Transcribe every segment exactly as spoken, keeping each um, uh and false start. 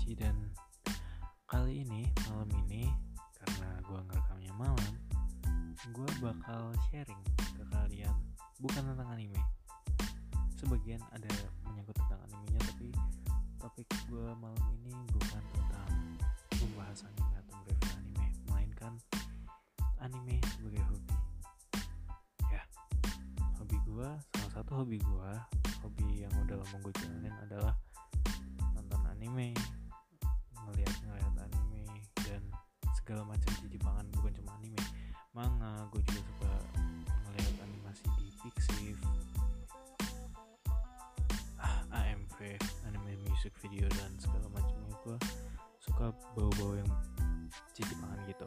Rizky, dan kali ini, malam ini, karena gue ngerekamnya malam, gue bakal sharing ke kalian bukan tentang anime. Sebagian ada menyangkut tentang animenya, tapi topik gue malam ini bukan tentang membahas anime atau mereview anime, melainkan anime sebagai hobi. Ya, hobi gue, salah satu hobi gue, hobi yang udah lama gue jalanin adalah nonton anime, ngeliat-ngeliat anime, dan segala macam jepangan. Bukan cuma anime, manga, gue juga suka ngeliat animasi di Pixiv, A M V, anime music video, dan segala macamnya. Gue suka bau-bau yang jepangan gitu.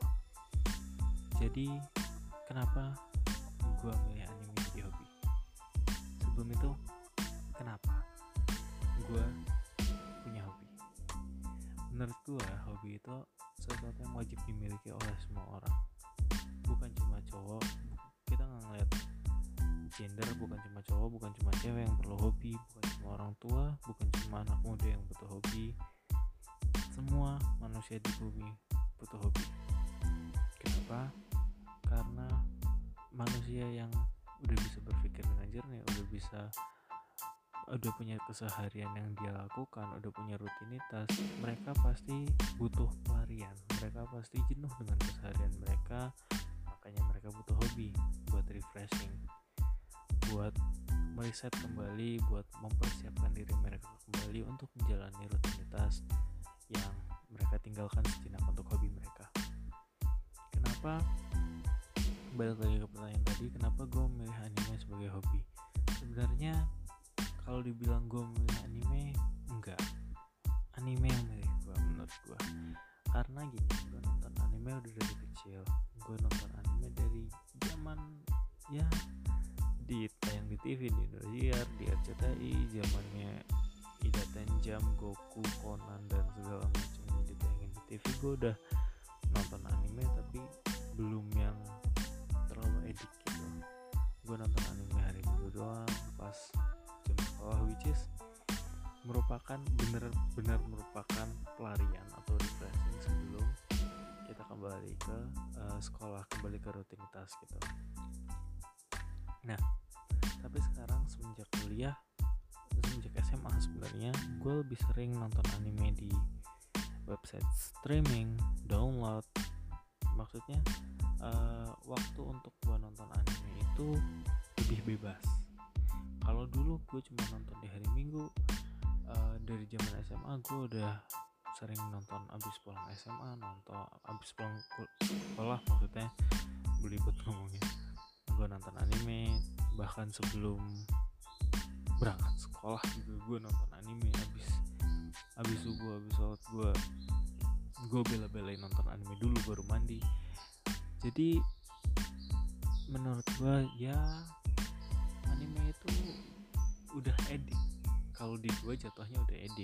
Jadi kenapa gue milih anime jadi hobi? Sebelum itu, kenapa gue punya hobi? Menurut gue, hobi itu sesuatu yang wajib dimiliki oleh semua orang. Bukan cuma cowok, kita nggak ngeliat gender, bukan cuma cowok, bukan cuma cewek yang perlu hobi, bukan cuma orang tua, bukan cuma anak muda yang butuh hobi. Semua manusia di bumi butuh hobi. Kenapa? Karena manusia yang udah bisa berpikir dengan jernih, udah bisa udah punya keseharian yang dia lakukan, udah punya rutinitas, mereka pasti butuh pelarian, mereka pasti jenuh dengan keseharian mereka. Makanya mereka butuh hobi buat refreshing, buat meriset kembali, buat mempersiapkan diri mereka kembali untuk menjalani rutinitas yang mereka tinggalkan sejenak untuk hobi mereka. Kenapa? Balik lagi ke pertanyaan tadi, kenapa gue memilih anime sebagai hobi? Sebenarnya kalau dibilang gue memilih anime, enggak, anime yang milih gue menurut gue. Karena gini, gue nonton anime udah dari kecil. Gue nonton anime dari zaman ya di tayang di T V, di Indosiar, di R C T I, zamannya Ida Tenjam, Goku, Conan, dan segala macamnya ditayangin di T V. Gue udah nonton anime, tapi belum yang terlalu edik gitu. Gue nonton anime hari Minggu doang pas jam sekolah, which is merupakan benar-benar merupakan pelarian atau refreshing sebelum kita kembali ke uh, sekolah, kembali ke rutinitas gitu. Nah, tapi sekarang semenjak kuliah, semenjak S M A sebenarnya, gue lebih sering nonton anime di website streaming, download. Maksudnya uh, waktu untuk gue nonton anime itu lebih bebas. Kalau dulu gue cuma nonton di hari Minggu, uh, dari zaman S M A gue udah sering nonton abis pulang S M A, nonton abis pulang sekolah, maksudnya belibet ngomongnya. Gue nonton anime, bahkan sebelum berangkat sekolah juga gue nonton anime. Abis abis subuh, abis sholat, gue gue bela-belain nonton anime dulu baru mandi. Jadi menurut gue ya anime itu udah edik. Kalau di gue jatuhnya udah edik.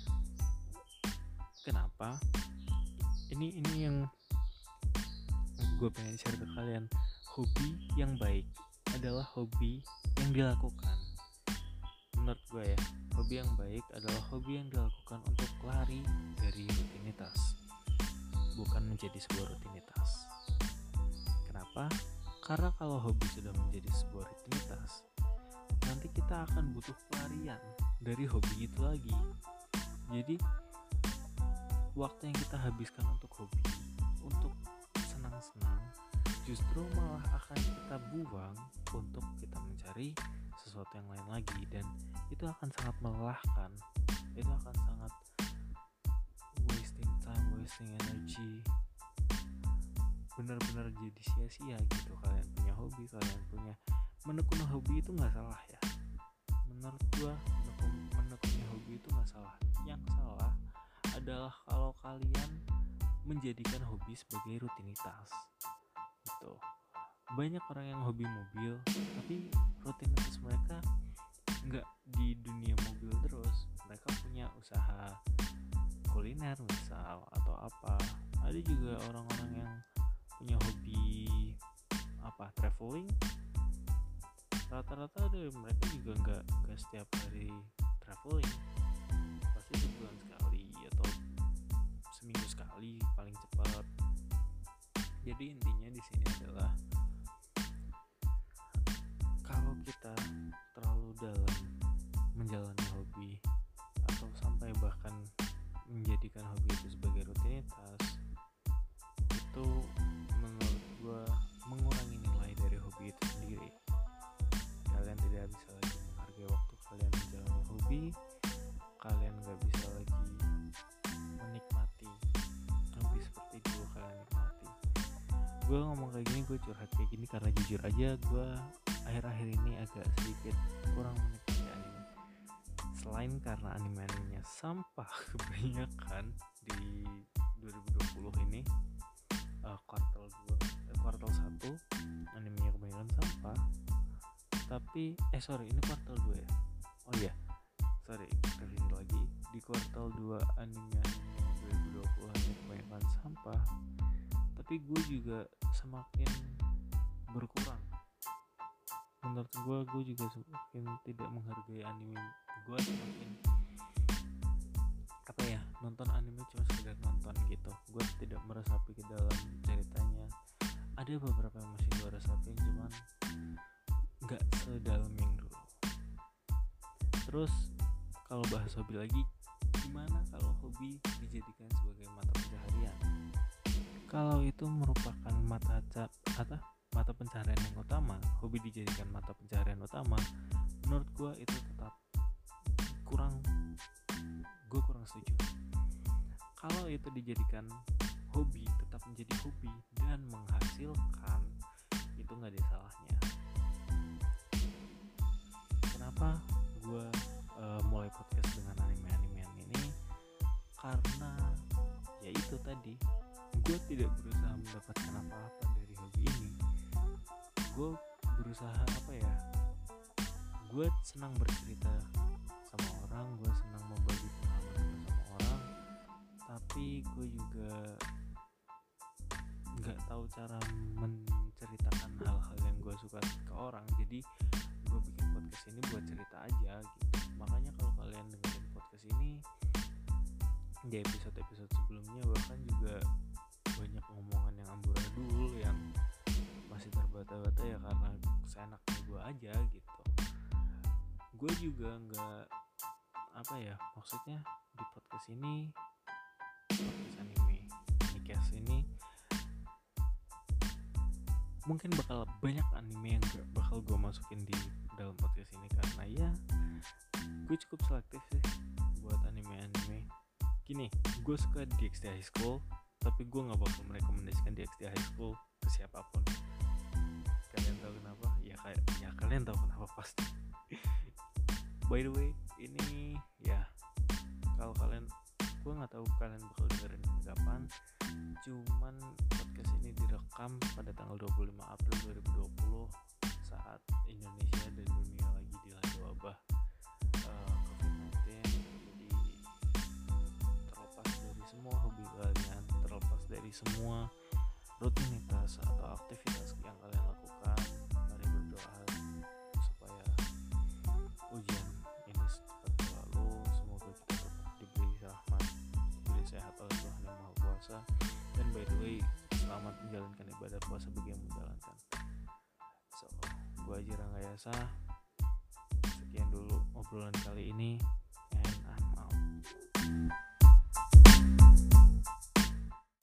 Kenapa? Ini ini yang gue pengen share ke kalian. Hobi yang baik adalah hobi yang dilakukan. Menurut gue ya, hobi yang baik adalah hobi yang dilakukan untuk lari dari rutinitas, bukan menjadi sebuah rutinitas. Kenapa? Karena kalau hobi sudah menjadi sebuah rutinitas, nanti kita akan butuh pelarian dari hobi itu lagi. Jadi waktu yang kita habiskan untuk hobi, untuk senang-senang, justru malah akan kita buang untuk kita mencari sesuatu yang lain lagi, dan itu akan sangat melelahkan. Itu akan sangat wasting time, wasting energy. Benar-benar jadi sia-sia gitu. Kalian punya hobi, kalian punya menekuni hobi itu nggak salah ya. Menurut gua menekuni, menekuni hobi itu nggak salah. Yang salah adalah kalau kalian menjadikan hobi sebagai rutinitas. Gitu. Banyak orang yang hobi mobil, tapi rutinitas mereka nggak di dunia mobil terus. Mereka punya usaha kuliner misal atau apa. Ada juga orang-orang yang punya hobi apa, traveling. Rata-rata ada mereka juga nggak nggak setiap hari traveling, pasti sebulan sekali atau kali paling cepat. Jadi intinya di sini adalah kalau kita terlalu dalam menjalani hobi atau sampai bahkan menjadikan hobi itu sebagai rutinitas, itu menurut gue mengurangi nilai dari hobi itu sendiri. Kalian tidak bisa lagi menghargai waktu kalian menjalani hobi, kalian gak bisa lagi menikmati hobi seperti dulu kalian nikmati. Gue ngomong kayak gini, gue curhat kayak gini karena jujur aja gue akhir-akhir ini agak sedikit kurang menikmati anime. Selain karena anime-animenya sampah kebanyakan di dua ribu dua puluh ini, uh, kuartal dua, uh, kuartal satu animenya kebanyakan sampah. Tapi eh sorry ini kuartal dua ya. Oh iya. Sorry, revisi lagi. Di kuartal dua anime-anime dua ribu dua puluh ini kebanyakan sampah. Tapi gue juga semakin berkurang. Menurut gue, gue juga semakin tidak menghargai anime. Gue semakin apa ya, nonton anime cuma sekedar nonton gitu. Gue tidak meresapi ke dalam ceritanya. Ada beberapa yang masih gue resapin, cuman nggak sedalam yang dulu. Terus kalau bahas hobi lagi, gimana kalau hobi dijadikan sebagai mata pencaharian? Kalau itu merupakan mata ca- atau mata pencaharian yang utama, hobi dijadikan mata pencaharian utama, menurut gue itu tetap kurang, gue kurang setuju. Kalau itu dijadikan hobi, tetap menjadi hobi dan menghasilkan, itu nggak ada salahnya. Kenapa gue uh, mulai podcast dengan anime-animean ini? Karena ya itu tadi, gue tidak berusaha mendapatkan apa-apa dari hobi ini. Gue berusaha apa ya, gue senang bercerita sama orang, gue senang membagi pengalaman gue sama orang, tapi gue juga nggak tahu cara menceritakan hal-hal yang gue suka ke orang. Jadi gue bikin podcast ini buat cerita aja gitu. Makanya kalau kalian dengerin podcast ini, di episode-episode sebelumnya bahkan juga banyak ngomongan yang amburadul, yang masih terbata-bata ya karena seenaknya gue aja gitu. Gue juga nggak apa ya, maksudnya di podcast ini, podcast anime Nikes ini mungkin bakal banyak anime yang gak bakal gue masukin di dalam podcast ini, karena ya gue cukup selektif sih buat anime-anime. Gini, gue suka D X D High School, tapi gue gak bakal merekomendasikan D X D High School ke siapapun. Kalian tahu kenapa? Ya, kayak, ya kalian tahu kenapa pasti. By the way, ini ya kalau kalian, gue nggak tahu kalian bakal dengerin kapan. Cuman podcast ini direkam pada tanggal dua puluh lima April dua ribu dua puluh saat Indonesia dan dunia lagi dilanda wabah uh, covid sembilan belas. Jadi terlepas dari semua hobi kalian, terlepas dari semua rutinitas atau aktivitas yang kalian lakukan, mari berdoa supaya ujian ini cepat berlalu. Semoga kita tetap diberi rahmat, diberi sehat oleh Tuhan yang Maha Kuasa. Dan by the way, selamat menjalankan ibadah puasa bagi yang menjalankan. So, gua Aji Ranggayasa. Sekian dulu obrolan kali